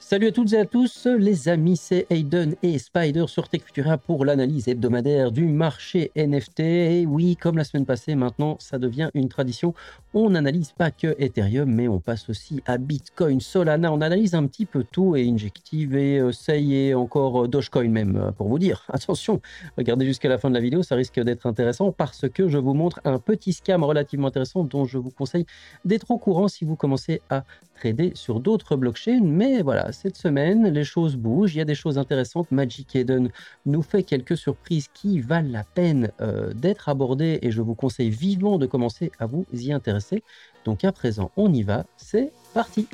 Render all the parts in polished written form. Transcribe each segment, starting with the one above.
Salut à toutes et à tous, les amis, c'est Hayden et Spider sur Tech Futura pour l'analyse hebdomadaire du marché NFT. Et oui, comme la semaine passée, maintenant ça devient une tradition. On n'analyse pas que Ethereum, mais on passe aussi à Bitcoin, Solana. On analyse un petit peu tout et Injective et Sei et encore Dogecoin même, pour vous dire. Attention, regardez jusqu'à la fin de la vidéo, ça risque d'être intéressant parce que je vous montre un petit scam relativement intéressant dont je vous conseille d'être au courant si vous commencez à trader sur d'autres blockchains. Mais voilà, cette semaine, les choses bougent, il y a des choses intéressantes. Magic Eden nous fait quelques surprises qui valent la peine d'être abordées et je vous conseille vivement de commencer à vous y intéresser. Donc à présent, on y va, c'est parti.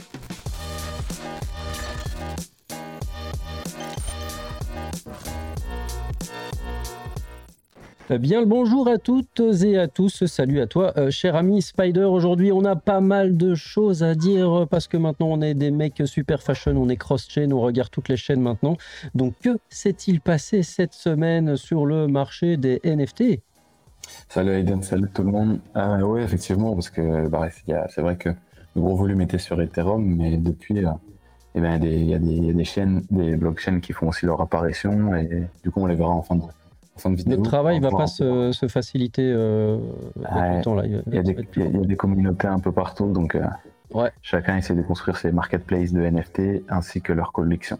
Bien le bonjour à toutes et à tous, salut à toi cher ami Spider. Aujourd'hui on a pas mal de choses à dire parce que maintenant on est des mecs super fashion, on est cross-chain, on regarde toutes les chaînes maintenant. Donc que s'est-il passé cette semaine sur le marché des NFT? Salut Aiden, salut tout le monde. Oui, effectivement, parce que c'est vrai que le gros volume était sur Ethereum, mais depuis, il y a des chaînes, des blockchains qui font aussi leur apparition, et du coup, on les verra en fin de vidéo. Le travail va pas se faciliter avec le temps. Là. Il y a des communautés un peu partout, donc ouais. Chacun essaie de construire ses marketplaces de NFT ainsi que leur collection.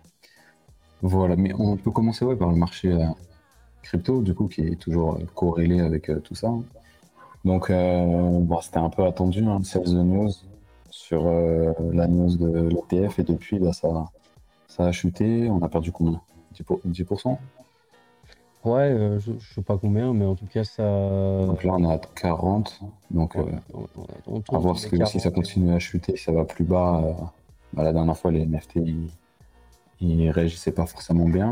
Voilà, mais on peut commencer par le marché crypto, du coup, qui est toujours corrélé avec tout ça. Donc, c'était un peu attendu, hein, sales the news sur la news de l'ETF, et depuis, ça a chuté. On a perdu combien? 10%? Ouais, je sais pas combien, mais en tout cas, ça. Donc là, on est à 40. Donc, à voir si ça continue à chuter, ça va plus bas. La dernière fois, les NFT, ils réagissaient pas forcément bien.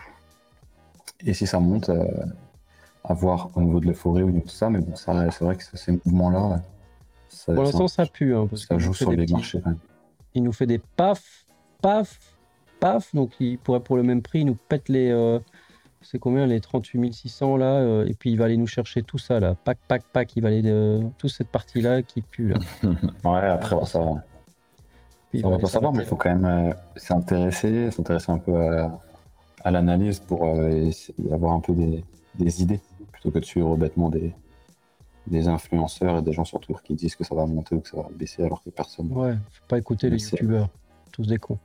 Et si ça monte, à voir au niveau de l'euphorie ou de tout ça, mais bon, c'est vrai que ces mouvements-là, pour l'instant, ça pue. Hein, parce ça joue sur les marchés quand même. Il nous fait des paf, paf, paf. Donc, il pourrait, pour le même prix, il nous pète les. C'est combien les 38 600 là et puis il va aller nous chercher tout ça là. Pack. Il va aller toute cette partie-là qui pue là. Ouais, après, ça va. On va pas savoir, mais il faut quand même s'intéresser un peu à l'analyse pour avoir un peu des idées, plutôt que de suivre bêtement des influenceurs et des gens surtout qui disent que ça va monter ou que ça va baisser alors que personne. Ouais, faut pas écouter les youtubeurs, tous des cons.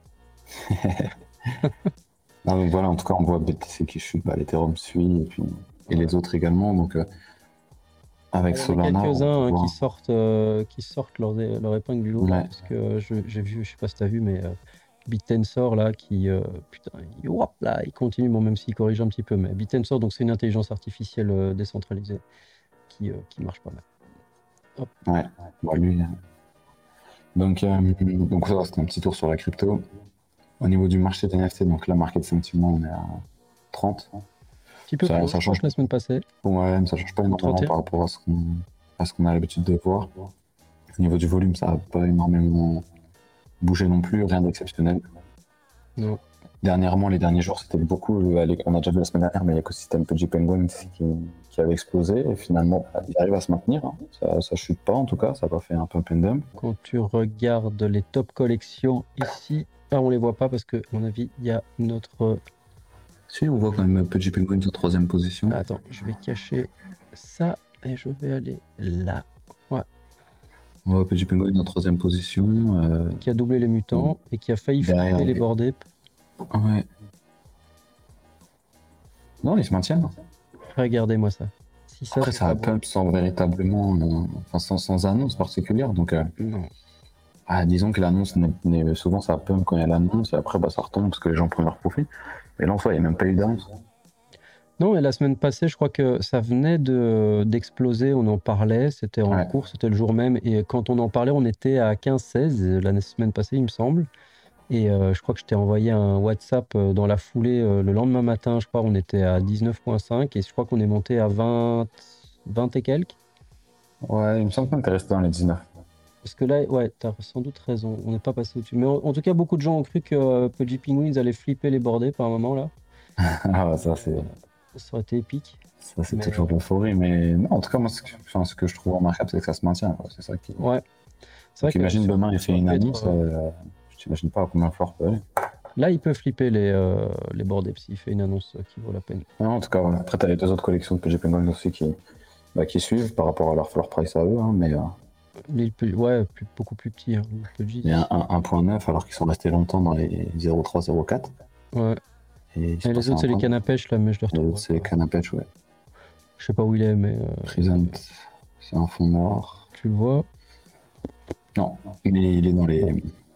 Non, donc voilà, en tout cas, on voit BTC qui chute, l'Ethereum suit, et les autres également. Donc, avec Solana. Il y a quelques-uns qui sortent leur épingle du lot. Ouais. Parce que j'ai vu, je sais pas si tu as vu, mais BitTensor là, il continue, bon, même s'il corrige un petit peu. Mais BitTensor, donc c'est une intelligence artificielle décentralisée qui marche pas mal. Hop. Ouais, lui. Donc ça, c'était un petit tour sur la crypto. Au niveau du marché des NFT, donc là, market sentiment, on est à 30. Un petit peu plus, ça change la semaine passée. Ouais, mais ça change pas énormément par rapport à ce qu'on a l'habitude de voir. Au niveau du volume, ça n'a pas énormément bougé non plus, rien d'exceptionnel. Non. Dernièrement, les derniers jours, c'était beaucoup, on a déjà vu la semaine dernière, mais l'écosystème Pudgy Penguin qui avait explosé, et finalement, il arrive à se maintenir. Hein. Ça chute pas, en tout cas, ça n'a pas fait un pump and dump. Quand tu regardes les top collections ici, on les voit pas parce que, à mon avis, il y a notre... Si, on voit quand même Pudgy Penguin en 3e position. Attends, je vais cacher ça et je vais aller là. Ouais. On voit Pudgy Penguin en 3e position. Qui a doublé les mutants et qui a failli flipper les Bored Ape. Ouais. Non, ils se maintiennent. Regardez-moi ça. Si ça, après, ça a pump sans véritablement... sans annonce particulière, donc... Non. Disons que l'annonce, souvent ça pump quand il y a l'annonce, et après ça retombe parce que les gens prennent leur profit. Mais là, en soi, il n'y a même pas eu d'annonce. Non, et la semaine passée, je crois que ça venait d'exploser, on en parlait, c'était en cours, c'était le jour même, et quand on en parlait, on était à 15-16, la semaine passée, il me semble. Et je crois que je t'ai envoyé un WhatsApp dans la foulée le lendemain matin, je crois, on était à 19,5, et je crois qu'on est monté à 20 et quelques. Ouais, il me semble qu'on était resté dans les 19. Parce que là, ouais, t'as sans doute raison, on n'est pas passé au-dessus. Mais en tout cas, beaucoup de gens ont cru que Pudgy Penguins allait flipper les bordés par un moment, là. Ça, c'est... Ça aurait été épique. Ça, c'est toujours l'euphorie, mais non, en tout cas, moi, ce que je trouve remarquable, c'est que ça se maintient, quoi. C'est ça qui... Ouais. C'est vrai que imagine demain, il fait une annonce, t'imagines pas à combien Flore peut aller. Là, il peut flipper les Bored Apes s'il fait une annonce qui vaut la peine. Non, en tout cas, voilà. Après, t'as les deux autres collections de PG Penguins aussi qui suivent par rapport à leur floor price à eux, hein, mais Beaucoup plus petit. Hein, il y a un 1.9 alors qu'ils sont restés longtemps dans les 0.3, 0.4. Ouais. Et les autres, c'est les cannes à pêche, là, mais je les retrouve. Les autres, c'est les cannes à pêche, ouais. Je sais pas où il est, mais. Present, c'est un fond noir. Tu le vois? Non, il est dans les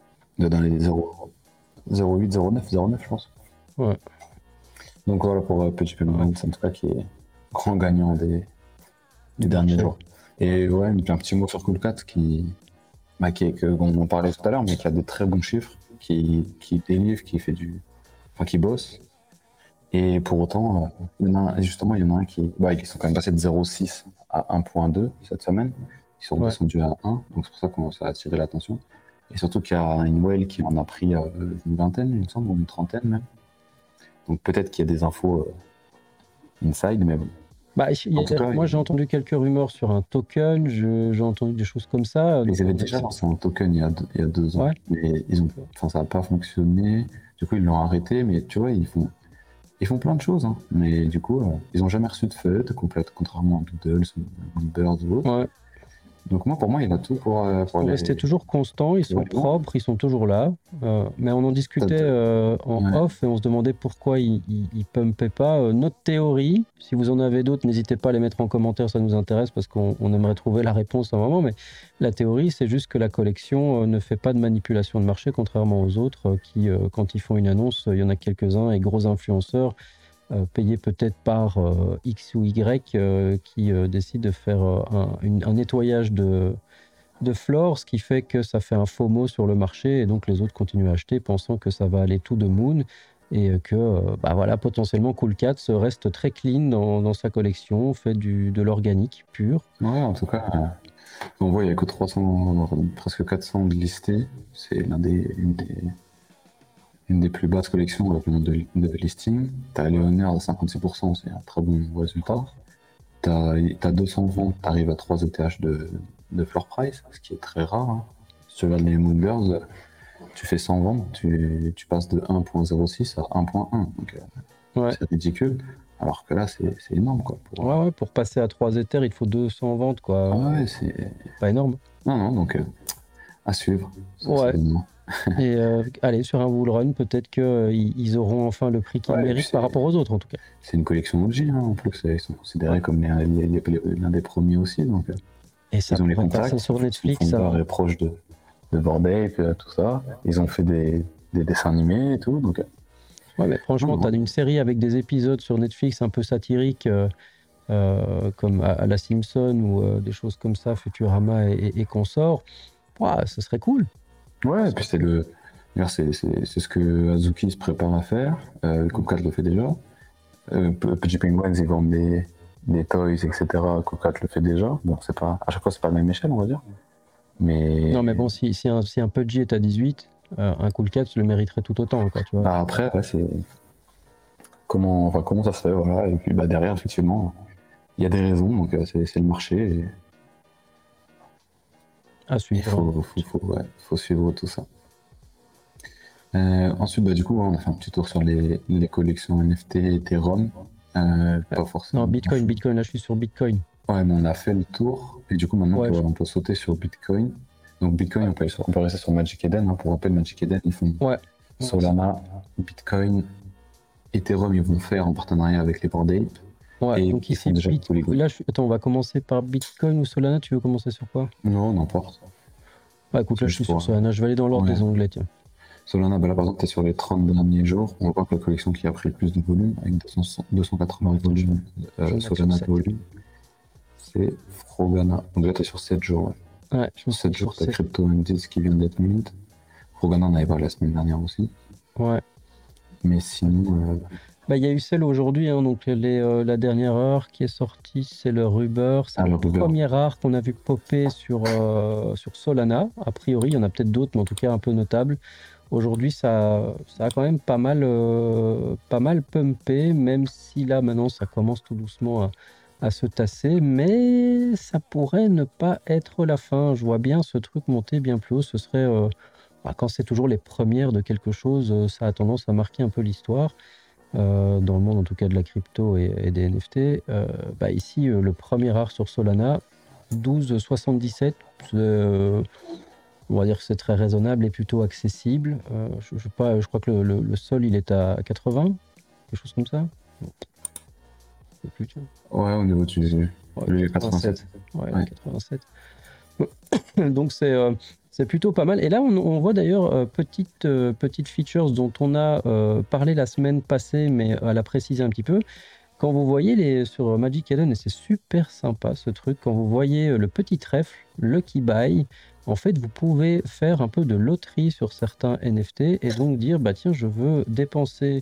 0, 0.8, 0.9, 0.9, je pense. Ouais. Donc voilà pour PG Penguins, en tout cas, qui est grand gagnant des derniers jours. Et ouais, un petit mot sur Coolcat on en parlait tout à l'heure, mais qui a des très bons chiffres, qui délivre, qui bosse. Et pour autant, il y en a un qui sont quand même passés de 0.6 à 1.2 cette semaine. Ils sont descendus à 1, donc c'est pour ça qu'on ça a attiré l'attention. Et surtout qu'il y a une whale qui en a pris une vingtaine, il me semble, ou une trentaine même. Donc peut-être qu'il y a des infos inside, mais bon. Moi, j'ai entendu quelques rumeurs sur un token, j'ai entendu des choses comme ça. Ils avaient déjà lancé un token il y a 2 ans, mais ça n'a pas fonctionné. Du coup, ils l'ont arrêté, mais tu vois, ils font plein de choses. Hein. Mais du coup, ils n'ont jamais reçu de FUD complète, contrairement à Doodles, Birds ou autres. Ouais. Donc pour moi, il a tout pour rester toujours constant, ils sont propres, ils sont toujours là. Mais on en discutait en off et on se demandait pourquoi ils pumpaient pas. Notre théorie, si vous en avez d'autres, n'hésitez pas à les mettre en commentaire, ça nous intéresse parce qu'on aimerait trouver la réponse à un moment. Mais la théorie, c'est juste que la collection ne fait pas de manipulation de marché, contrairement aux autres qui, quand ils font une annonce, il y en a quelques-uns et gros influenceurs payés peut-être par X ou Y qui décident de faire un nettoyage de Flore, ce qui fait que ça fait un FOMO sur le marché et donc les autres continuent à acheter pensant que ça va aller tout de moon et que potentiellement Coolcat reste très clean dans sa collection, fait de l'organique pur. Ouais, en tout cas, on voit il n'y a que 300, presque 400 de listés. C'est une des plus basses collections avec le nombre de listings. T'as Léonard à 56%, c'est un très bon résultat. T'as 200 ventes, t'arrives à 3 ETH de floor price, ce qui est très rare. Hein. Si tu regardes les Moonbirds, tu fais 100 ventes, tu passes de 1.06 à 1.1. Donc c'est ridicule. Alors que là, c'est énorme. Quoi, pour passer à 3 Ethers, il te faut 200 ventes. Quoi. Ouais, c'est pas énorme. Non, donc à suivre. Et allez, sur un bull run, peut-être qu'ils auront enfin le prix qu'ils méritent par rapport aux autres, en tout cas. C'est une collection OG, en plus. Ils sont considérés comme l'un des premiers aussi. Donc, et ça pourrait passer sur Netflix. Ils sont proches de Bored Ape, tout ça. Ils ont fait des dessins animés et tout. Donc, ouais, mais franchement, tu as une série avec des épisodes sur Netflix un peu satiriques, comme à la Simpson ou des choses comme ça, Futurama et consorts. Ce serait cool. Ouais, et puis c'est ce que Azuki se prépare à faire. Coolcat le fait déjà. PG Penguins, ils vendent des toys, etc. Coolcat le fait déjà. Bon, c'est pas, à chaque fois, c'est pas la même échelle, on va dire. Mais... Non, mais bon, si un PG est à 18, un Coolcat le mériterait tout autant. Quoi, tu vois. Après, c'est comment ça se fait, voilà. Et puis derrière, effectivement, il y a des raisons, donc c'est le marché. Et... à suivre. Il faut suivre tout ça. Ensuite, du coup, on a fait un petit tour sur les collections NFT Ethereum. Pas forcément. Non, Bitcoin, là je suis sur Bitcoin. Ouais, mais on a fait le tour. Et du coup, maintenant, on peut sauter sur Bitcoin. Donc, Bitcoin, on peut rester sur Magic Eden. Hein. Pour rappel, Magic Eden, ils font Solana, Bitcoin, Ethereum, ils vont faire en partenariat avec les Bored Ape. Ouais, et donc ici, là, attends, on va commencer par Bitcoin ou Solana. Tu veux commencer sur quoi? Non, n'importe. Écoute, là, je suis sur Solana. Je vais aller dans l'ordre des onglets, tiens. Solana, là, par exemple, tu es sur les 30 derniers jours. On voit que la collection qui a pris le plus de volume, avec 280 volumes, Solana de volume, c'est Frogana. Donc là, tu es sur 7 jours. Ouais, sur 7 jours, tu as Crypto Indies qui vient d'être mint. Frogana, on avait parlé la semaine dernière aussi. Ouais. Mais sinon... il y a eu celle aujourd'hui, hein, donc la dernière heure qui est sortie, c'est le Ruber. C'est le premier rare qu'on a vu popper sur Solana. A priori, il y en a peut-être d'autres, mais en tout cas un peu notable. Aujourd'hui, ça a quand même pas mal pumpé, même si là, maintenant, ça commence tout doucement à se tasser. Mais ça pourrait ne pas être la fin. Je vois bien ce truc monter bien plus haut. Ce serait Quand c'est toujours les premières de quelque chose, ça a tendance à marquer un peu l'histoire. Dans le monde en tout cas de la crypto et des NFT. Ici, le premier art sur Solana, 12,77, on va dire que c'est très raisonnable et plutôt accessible. Je crois que le sol il est à 80, quelque chose comme ça. C'est plus, tu vois. Ouais, au niveau du. Ouais, Le 87. 87. Ouais, Ouais. 87. Donc c'est plutôt pas mal. Et là, on voit d'ailleurs petite features dont on a parlé la semaine passée, mais à la préciser un petit peu. Quand vous voyez sur Magic Eden, et c'est super sympa ce truc, quand vous voyez le petit trèfle, Lucky Buy, en fait, vous pouvez faire un peu de loterie sur certains NFT et donc dire, bah tiens, je veux dépenser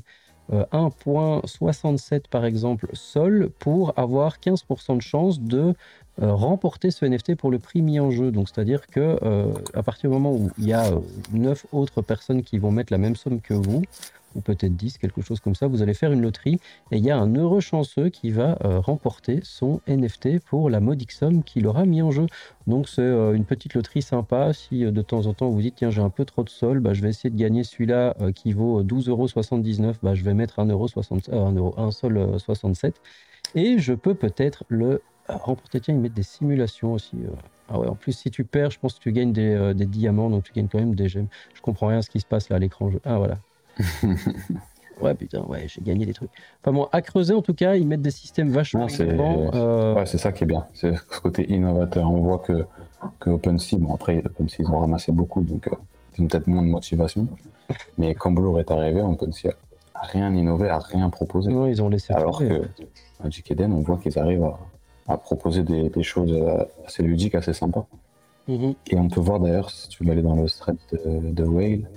1,67 par exemple sol pour avoir 15% de chance de remporter ce NFT pour le prix mis en jeu. Donc c'est-à-dire que à partir du moment où il y a 9 autres personnes qui vont mettre la même somme que vous, ou peut-être 10, quelque chose comme ça, vous allez faire une loterie et il y a un heureux chanceux qui va remporter son NFT pour la modique somme qu'il aura mis en jeu. Donc c'est une petite loterie sympa. Si de temps en temps vous dites tiens j'ai un peu trop de sol, je vais essayer de gagner celui-là qui vaut 12,79 €, je vais mettre 1 sol 67 et je peux peut-être le remporter. Tiens, ils mettent des simulations aussi. Ah ouais, en plus si tu perds, je pense que tu gagnes des diamants, donc tu gagnes quand même des gemmes. Je comprends rien à ce qui se passe là à l'écran. Ah voilà. Ouais, putain, ouais, j'ai gagné des trucs. Enfin bon, à creuser en tout cas, ils mettent des systèmes vachement innovants. Ouais, c'est ça qui est bien. C'est ce côté innovateur. On voit que OpenSea, bon après, OpenSea, ils ont ramassé beaucoup, donc ils ont peut-être moins de motivation. Mais quand Blur est arrivé, OpenSea a rien innové, a rien proposé. Non, ils ont laissé Alors tomber, que Magic Eden, on voit qu'ils arrivent à proposer des choses assez ludiques, assez sympas. Mhm. Et on peut voir d'ailleurs, si tu veux aller dans le thread de Whale,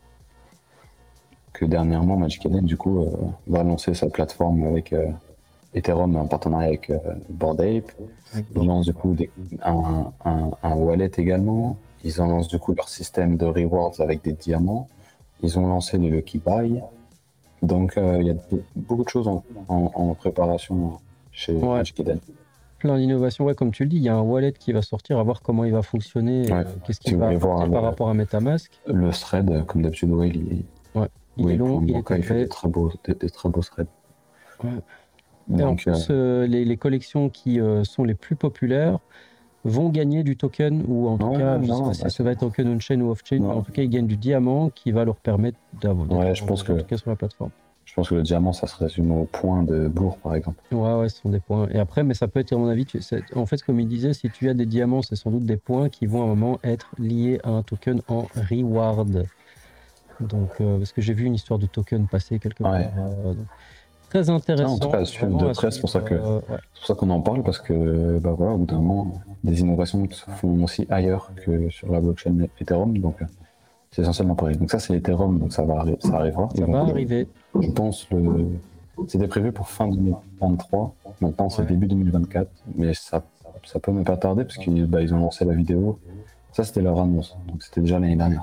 que dernièrement Magic Eden du coup va lancer sa plateforme avec Ethereum en partenariat avec Bored Ape. Ils lancent du coup un wallet également. Ils ont lancé du coup leur système de rewards avec des diamants. Ils ont lancé les Lucky Buy. Donc il y a beaucoup de choses en préparation chez Magic Eden. Plein d'innovations, ouais, comme tu le dis, il y a un wallet qui va sortir, à voir comment il va fonctionner, Ouais. qu'est-ce qu'il va apporter par rapport à MetaMask. Le thread, comme d'habitude, Whale, il est long, il est il fait des très beaux threads. Ouais. Donc, et en plus, les collections qui sont les plus populaires vont gagner du token, ou en tout cas, je sais pas si ça va être token on-chain ou off-chain, mais en tout cas, ils gagnent du diamant qui va leur permettre d'avoir je pense que, en tout cas sur la plateforme. Je pense que le diamant, ça se résume au point de Bourg, par exemple. Ouais, ce sont des points. Et après, mais ça peut être, à mon avis, en fait, comme il disait, si tu as des diamants, c'est sans doute des points qui vont à un moment être liés à un token en reward. Donc, parce que j'ai vu une histoire de token passer quelque part. Très intéressant. En tout cas, suivre de près, c'est pour ça qu'on en parle, parce que voilà, au bout d'un moment, des innovations se font aussi ailleurs que sur la blockchain Ethereum, donc c'est essentiellement pareil. Donc ça, c'est Ethereum, donc ça arrivera. Ça va arriver. Je pense c'était prévu pour fin 2023. Maintenant, c'est début 2024, mais ça peut ne pas tarder parce qu'ils ont lancé la vidéo. Ça, c'était leur annonce, donc c'était déjà l'année dernière.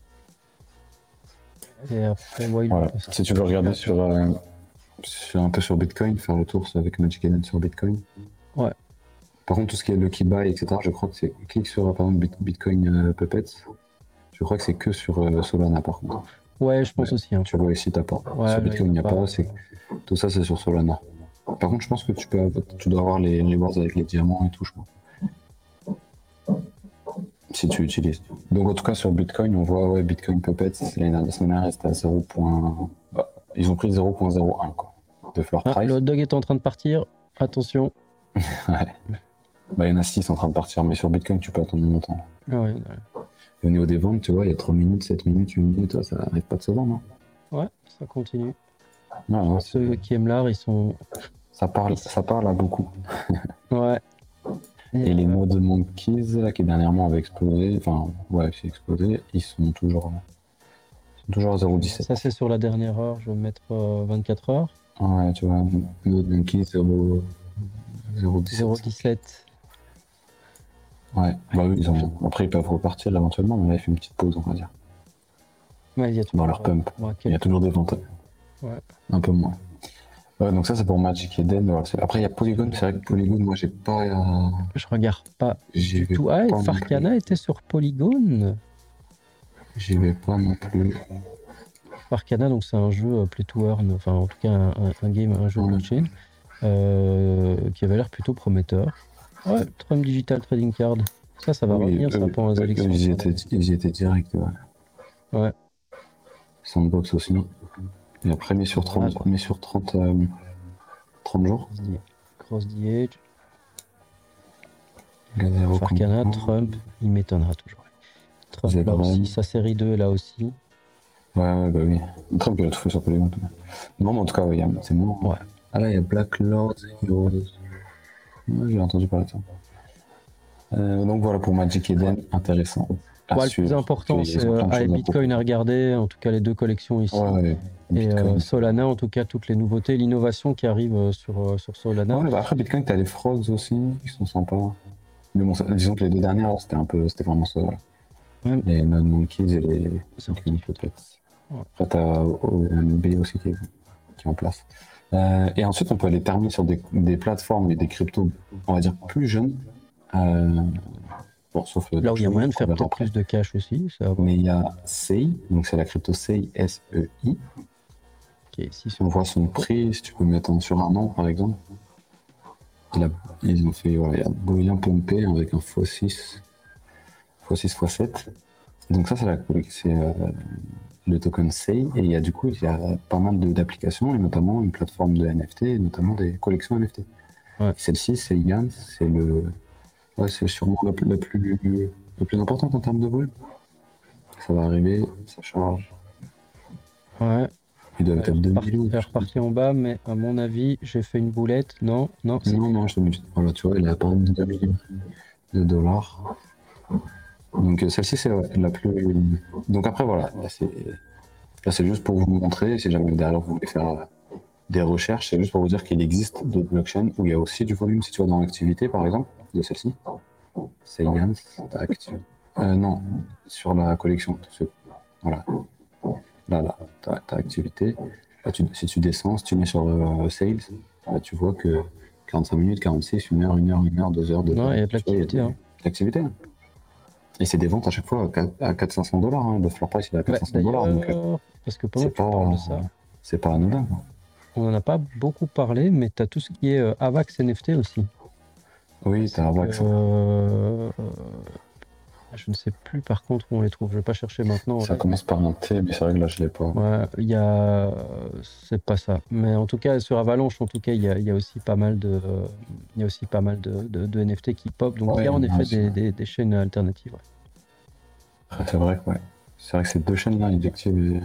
Et après, voilà. Si tu veux regarder un peu sur Bitcoin, faire le tour avec Magic Eden sur Bitcoin. Ouais. Par contre, tout ce qui est Lucky Buy, etc., je crois que c'est clique sur par exemple Bitcoin Puppets. Je crois que c'est que sur Solana par contre. Ouais, je pense aussi. Hein. Tu vois ici, t'as pas. Sur Bitcoin, il n'y a pas. Tout ça, c'est sur Solana. Par contre, je pense que tu dois avoir les rewards avec les diamants et tout, je crois. Si tu utilises. Donc, en tout cas, sur Bitcoin, on voit Bitcoin Puppets, la semaine dernière, c'était à 0. Ils ont pris 0,01 quoi, de floor price. Le hot dog est en train de partir. Attention. Ouais. Il y en a 6 en train de partir, mais sur Bitcoin, tu peux attendre longtemps. Ouais. Et au niveau des ventes, tu vois, il y a 3 minutes, 7 minutes, 8 minutes, ça n'arrête pas de se vendre. Ouais, ça continue. Non, ceux qui aiment l'art, ils sont. Ça parle à beaucoup. Ouais. Et les mots de Monkeys, là, qui dernièrement avaient explosé, c'est explosé, ils sont toujours à 0,17. Ça, c'est sur la dernière heure, je vais mettre 24 heures. Ouais, tu vois, Mots de Monkeys, 0,17. Ouais, après ils peuvent repartir éventuellement, mais là, il fait une petite pause, on va dire. Ouais, il y a dans leur pump. Il y a toujours des ventes. Ouais. Un peu moins. Donc ça, c'est pour Magic Eden. Après, il y a Polygon. C'est vrai que Polygon, moi, j'ai pas... Je regarde pas du tout. Ah, Farcana était sur Polygon. J'y vais pas non plus. Arcana, donc c'est un jeu play to earn, enfin en tout cas un jeu Ouais. blockchain qui avait l'air plutôt prometteur. Ouais, Trump Digital Trading Card. Ça va Oui, revenir ça pour les élections. ils y étaient direct. Ouais. Ouais. Sandbox aussi. Et après, mis sur Voilà, 30, quoi. mis sur 30, 30 jours. Cross the Edge. Gazero Arcana, Combo. Trump, il m'étonnera toujours. Trump, là Zebra. aussi, sa série 2, là aussi. Ouais, bah oui. Trump, il a tout fait sur Polygon. Non, mais en tout cas, ouais, c'est moi. Ouais. Ah là, il y a Black Lord Heroes. Ouais, j'ai entendu parler de ça. Donc voilà pour Magic Eden, intéressant. Le plus important, c'est Bitcoin à regarder, en tout cas les 2 collections ici. Ouais, et Solana, en tout cas, toutes les nouveautés, l'innovation qui arrive sur Solana. Ouais, bah après Bitcoin, t'as les frogs aussi, qui sont sympas. Mais bon, disons que les 2 dernières, c'était vraiment ça. Voilà. Ouais. Les Non-Monkeys et les peut-être. Ouais. Après, t'as OMB aussi qui est en place. Et ensuite, on peut aller terminer sur des plateformes et des cryptos, on va dire, plus jeunes. Bon, sauf là où il y a moyen de faire peut-être plus de cash aussi. Ça mais il y a SEI, donc c'est la crypto SEI, S-E-I. Okay, on voit son prix, si tu peux mettre sur un an par exemple. Ils ont fait, voilà, il y a bien pompé avec un x6, x6, x7. Donc ça, c'est le token SEI. Et il y a pas mal d'applications, et notamment une plateforme de NFT, et notamment des collections NFT. Ouais. Celle-ci, SEIGAN, c'est sûrement la plus importante en termes de volume. Ça va arriver, ça charge. Ouais. Il doit être 2000. Elle est repartie en bas, mais à mon avis, j'ai fait une boulette. Non, je te dis. Voilà, tu vois, il a pas de 2 millions de dollars. Donc celle-ci, c'est la plus. Donc après, voilà, là, c'est juste pour vous montrer, si jamais derrière vous voulez faire des recherches, c'est juste pour vous dire qu'il existe d'autres blockchains où il y a aussi du volume. Si tu vas dans l'activité, par exemple, de celle-ci, c'est Yans, non, sur la collection. Voilà. Là, ta activité. Là, si tu descends, si tu mets sur Sales, là, tu vois que 45 minutes, 46, 1 heure, 1 heure, 1 heure, 2 heures. Non, il y a de l'activité. L'activité. Et c'est des ventes à chaque fois à 400-500 dollars. Hein. Le floor price, il est à 400 dollars. Parce que pendant que tu parles de ça, c'est pas anodin. Quoi. On n'en a pas beaucoup parlé, mais tu as tout ce qui est AVAX NFT aussi. Oui, tu as AVAX. Je ne sais plus par contre où on les trouve. Je vais pas chercher maintenant. Ça commence par un T, mais c'est vrai que là je l'ai pas. Ouais, c'est pas ça. Mais en tout cas sur Avalanche, en tout cas, il y a aussi pas mal de NFT qui pop. Donc il y a en effet des chaînes alternatives. Ouais. C'est vrai que c'est vrai que ces 2 chaînes là, Injective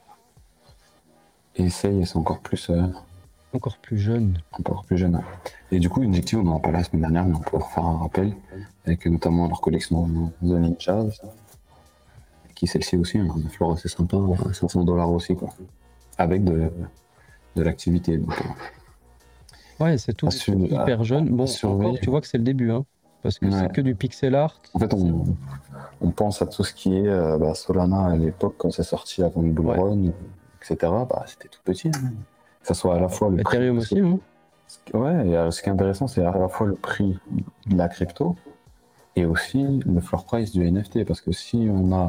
et Essaye, elles sont encore plus jeunes. Encore plus jeunes. Et du coup, Injective, on n'en a pas la semaine dernière, mais on peut refaire un rappel avec notamment leur collection The Ninjas, qui celle-ci aussi, un floor assez sympa, à 500 dollars aussi, quoi. Avec de l'activité. Ouais, c'est tout hyper jeune. Bon, encore, tu vois que c'est le début, hein, parce que c'est que du pixel art. En fait, on pense à tout ce qui est Solana à l'époque, quand c'est sorti avant le bull run, etc. C'était tout petit. Hein. Que ça soit à la fois le Ethereum prix. aussi, hein. Ouais, et ce qui est intéressant, c'est à la fois le prix de la crypto et aussi le floor price du NFT. Parce que si on a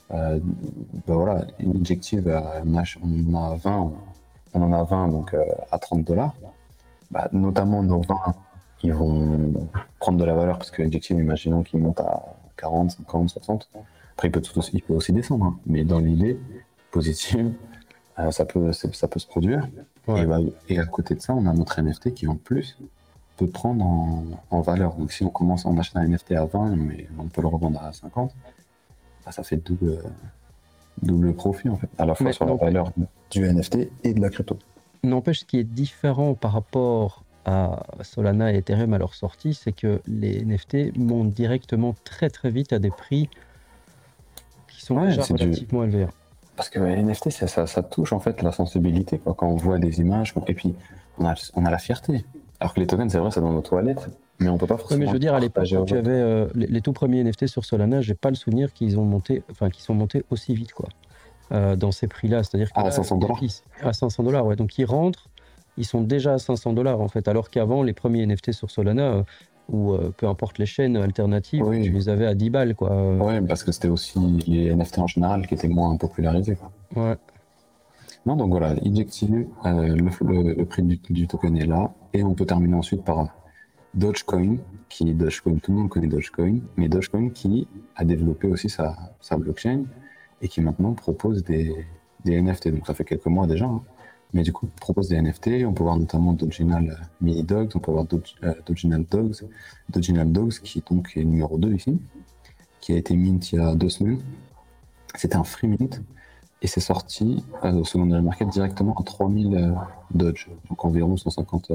une Injective, on en a 20 donc à 30 dollars, notamment nos 20, ils vont prendre de la valeur parce que Injective, imaginons qu'il monte à 40, 50, 60. Après, il peut aussi descendre, hein. Mais dans l'idée positive, ça peut se produire. Ouais. Et à côté de ça, on a notre NFT qui en plus peut prendre en valeur. Donc si on achète un NFT à 20, mais on peut le revendre à 50, ça fait double profit en fait, à la fois sur la valeur du NFT et de la crypto. N'empêche, ce qui est différent par rapport à Solana et Ethereum à leur sortie, c'est que les NFT montent directement très très vite à des prix qui sont déjà relativement élevés. Parce que les NFT, ça touche en fait la sensibilité, quoi. Quand on voit des images, et puis on a la fierté. Alors que les tokens, c'est vrai, c'est dans nos toilettes, mais on peut pas forcément. Oui, mais je veux dire, à l'époque, quand tu avais les tout premiers NFT sur Solana, j'ai pas le souvenir qu'ils sont montés aussi vite, quoi. Dans ces prix-là, c'est-à-dire à 500 dollars. À 500 dollars, ouais. Donc ils rentrent, ils sont déjà à 500 dollars en fait, alors qu'avant les premiers NFT sur Solana, ou peu importe les chaînes alternatives, tu Oui, les avais à 10 balles, quoi. ouais, parce que c'était aussi les NFT en général qui étaient moins popularisés, quoi. Ouais. Non, donc voilà, Injective, le prix du token est là, et on peut terminer ensuite par Dogecoin, Dogecoin, tout le monde connaît Dogecoin, mais Dogecoin qui a développé aussi sa blockchain et qui maintenant propose des NFT. Donc ça fait quelques mois déjà, hein. Mais du coup, propose des NFT. On peut voir notamment Doginal Mini Dogs, on peut voir Doginal Dogs, Doginal Dogs qui donc est numéro 2 ici, qui a été mint il y a 2 semaines. C'était un free mint et c'est sorti au secondary market directement à 3000 Dodge, donc environ 150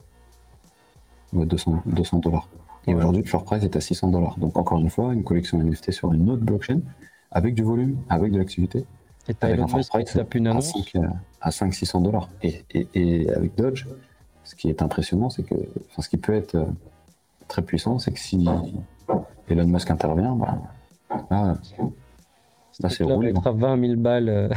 200 $. Et Ouais. aujourd'hui, le floor price est à 600 $. Donc encore une fois, une collection NFT sur une autre blockchain, avec du volume, avec de l'activité, Et t'as avec Elon un floor Musk qui price tape une annonce. à 500-600 $. Et avec Dodge, ce qui est impressionnant, c'est que, enfin, ce qui peut être très puissant, c'est que si Elon Musk intervient, bah, là c'est Là, va roulé. être à 20 000 balles.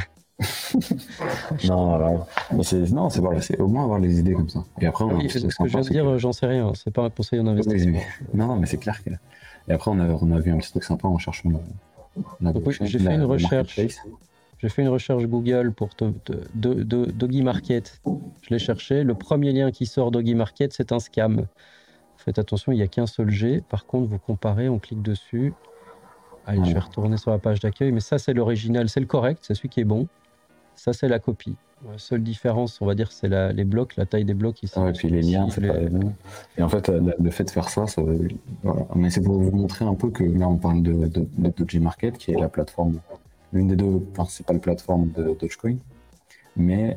Non, alors, mais c'est voilà, c'est au moins avoir les idées comme ça. Et après, on a un Oui, petit truc ce que je sympa, viens de c'est dire, que j'en sais rien. C'est pas un conseil en oui, investissement. non, mais c'est clair que. Et après, on a vu un petit truc sympa en cherchant la Donc oui, blockchain, j'ai fait une le recherche. marketplace. J'ai fait une recherche Google pour Doggy Market. Je l'ai cherché. Le premier lien qui sort Doggy Market, c'est un scam. Faites attention, il n'y a qu'un seul G. Par contre, vous comparez, on clique dessus. Allez, je vais Voilà. retourner sur la page d'accueil. Mais ça, c'est l'original, c'est le correct, c'est celui qui est bon. Ça, c'est la copie. La seule différence, on va dire, c'est les blocs, la taille des blocs ici. Ah ouais, et puis les liens, c'est pas les mêmes. Et en fait, le fait de faire ça, voilà. Mais c'est pour vous montrer un peu que là, on parle de Doji Market, qui est la plateforme, l'une des deux principales plateformes de Dogecoin. Mais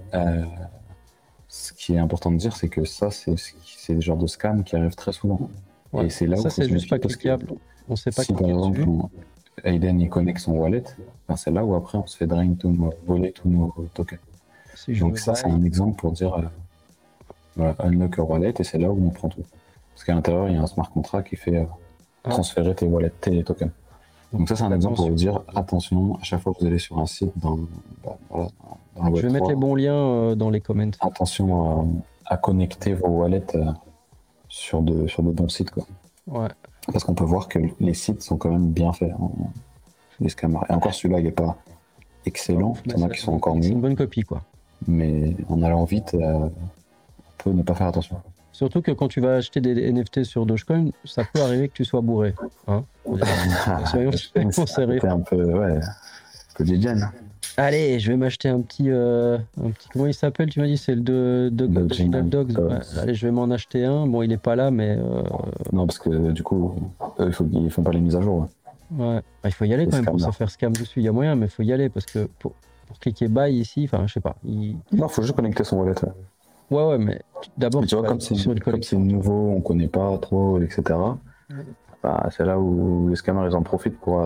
ce qui est important de dire, c'est que ça, c'est le genre de scam qui arrive très souvent. Ouais. Et c'est là où Ça, il faut c'est se juste méfier pas parce que cliquable. On ne sait pas si par cliquer exemple, dessus. Aiden il connecte son wallet, ben, c'est là où après on se fait voler tous nos tokens. Si je Donc veux ça, c'est buy, un exemple pour dire voilà, unlock your wallet et c'est là où on prend tout. Parce qu'à l'intérieur, il y a un smart contract qui fait transférer tes wallets, tes tokens. Donc ça, c'est un exemple pour vous dire attention, à chaque fois que vous allez sur un site voilà, dans la Je vais mettre les Web3, bons liens dans les comments. attention à connecter vos wallets sur de bons sites, quoi. Ouais. Parce qu'on peut voir que les sites sont quand même bien faits, hein, les scammers. Et encore celui-là, il n'est pas excellent, il y en a qui sont encore C'est mieux, une bonne copie, quoi. mais en allant vite, on peut ne pas faire attention. Surtout que quand tu vas acheter des NFT sur Dogecoin, ça peut arriver que tu sois bourré. Hein. Soyons sérieux. C'était un peu degen. Allez, je vais m'acheter un petit. Comment il s'appelle? Tu m'as dit c'est le Doginal Dogs. Ouais, allez, je vais m'en acheter un. Bon, il est pas là, mais. Non, parce que du coup, ils font pas les mises à jour. Ouais. Il faut y aller quand même pour se faire scam dessus. Il y a moyen, mais il faut y aller parce que pour cliquer buy ici, enfin, je sais pas. Non, faut juste connecter son wallet. Ouais, mais d'abord, tu vois, comme c'est nouveau, on connaît pas trop, etc. Bah, c'est là où les scammers ils en profitent pour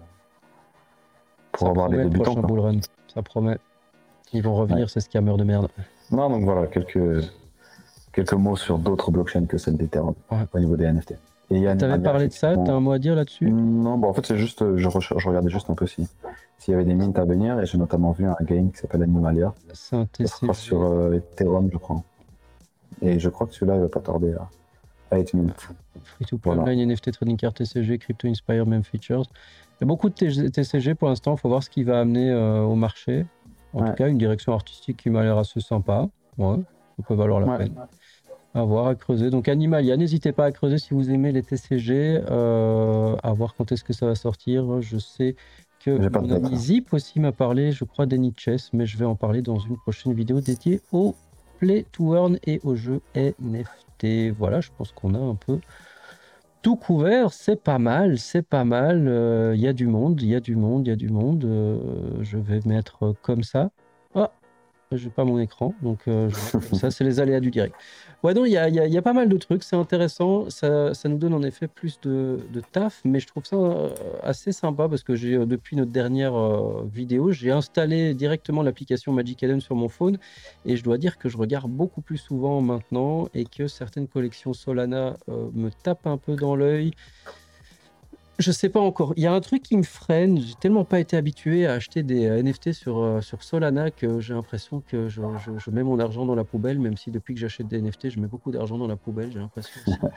avoir des débutants. Prochain bull run, ça promet. Ils vont revenir, ces scammers de merde. Non, donc voilà, quelques mots sur d'autres blockchains que celle d'Ethereum au niveau des NFT. Tu avais parlé de ça, t'as un mot à dire là-dessus? Non, bon, en fait, c'est juste, je regardais juste un peu s'il y avait des mints à venir et j'ai notamment vu un game qui s'appelle Animalia. C'est un TCG. Sur Ethereum, je crois. Et je crois que celui-là, il va pas tarder à être mint. Free to play online, NFT, trading card, TCG, crypto inspire, même features. Il y a beaucoup de TCG pour l'instant, il faut voir ce qu'il va amener au marché. En tout cas, une direction artistique qui m'a l'air assez sympa. Ouais, ça peut valoir la peine. À voir, à creuser. Donc Animalia, n'hésitez pas à creuser si vous aimez les TCG, à voir quand est-ce que ça va sortir. Je sais que mon ami Zip aussi m'a parlé, je crois, d'Anychess, mais je vais en parler dans une prochaine vidéo dédiée au Play to Earn et aux jeux NFT. Voilà, je pense qu'on a un peu tout couvert, c'est pas mal, c'est pas mal. Il y a du monde, il y a du monde, il y a du monde. Je vais mettre comme ça. Ah, je n'ai pas mon écran, donc ça, c'est les aléas du direct. Ouais, non, il y a pas mal de trucs, c'est intéressant. Ça nous donne en effet plus de taf, mais je trouve ça assez sympa parce que depuis notre dernière vidéo, j'ai installé directement l'application Magic Eden sur mon phone et je dois dire que je regarde beaucoup plus souvent maintenant et que certaines collections Solana me tapent un peu dans l'œil. Je sais pas encore. Il y a un truc qui me freine. J'ai tellement pas été habitué à acheter des NFT sur Solana que j'ai l'impression que je mets mon argent dans la poubelle, même si depuis que j'achète des NFT, je mets beaucoup d'argent dans la poubelle, j'ai l'impression aussi.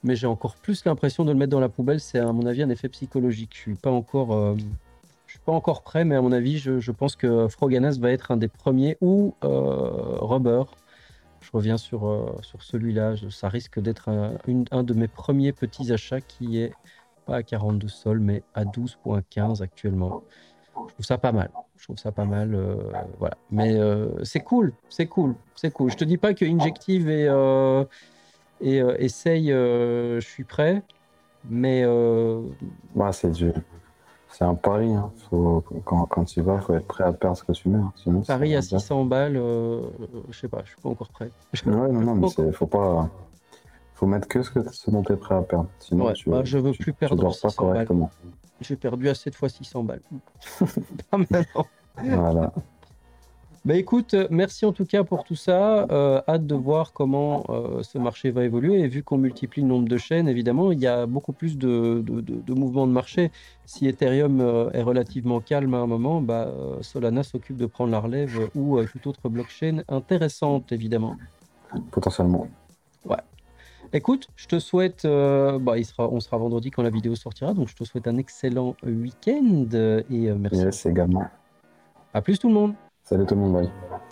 mais j'ai encore plus l'impression de le mettre dans la poubelle. C'est à mon avis un effet psychologique. Je suis pas encore prêt, mais à mon avis, je pense que Froganas va être un des premiers ou Rubber. Je reviens sur celui-là. Ça risque d'être un de mes premiers petits achats qui est pas à 42 sols, mais à 12,15 actuellement. Je trouve ça pas mal. Voilà. Mais c'est cool. Je te dis pas que Injective et Essaye, je suis prêt, mais Bah, c'est un pari. Hein. Quand tu vas, il faut être prêt à perdre ce que tu mets. Hein. Sinon, Paris à 600 balles, je sais pas, je suis pas encore prêt. Ouais, non, mais faut pas. Faut mettre que ce dont tu es prêt à perdre. Sinon, Ouais, je veux plus tu perdre dors pas 600 balles. correctement. J'ai perdu assez de fois 600 balles. Pas maintenant. Voilà. Bah écoute, merci en tout cas pour tout ça. Hâte de voir comment ce marché va évoluer. Et vu qu'on multiplie le nombre de chaînes, évidemment, il y a beaucoup plus de mouvements de marché. Si Ethereum est relativement calme à un moment, Solana s'occupe de prendre la relève ou toute autre blockchain intéressante, évidemment. Potentiellement. Ouais. Écoute, je te souhaite, on sera vendredi quand la vidéo sortira, donc je te souhaite un excellent week-end et merci. Yes, également. À plus tout le monde. Salut tout le monde, bye.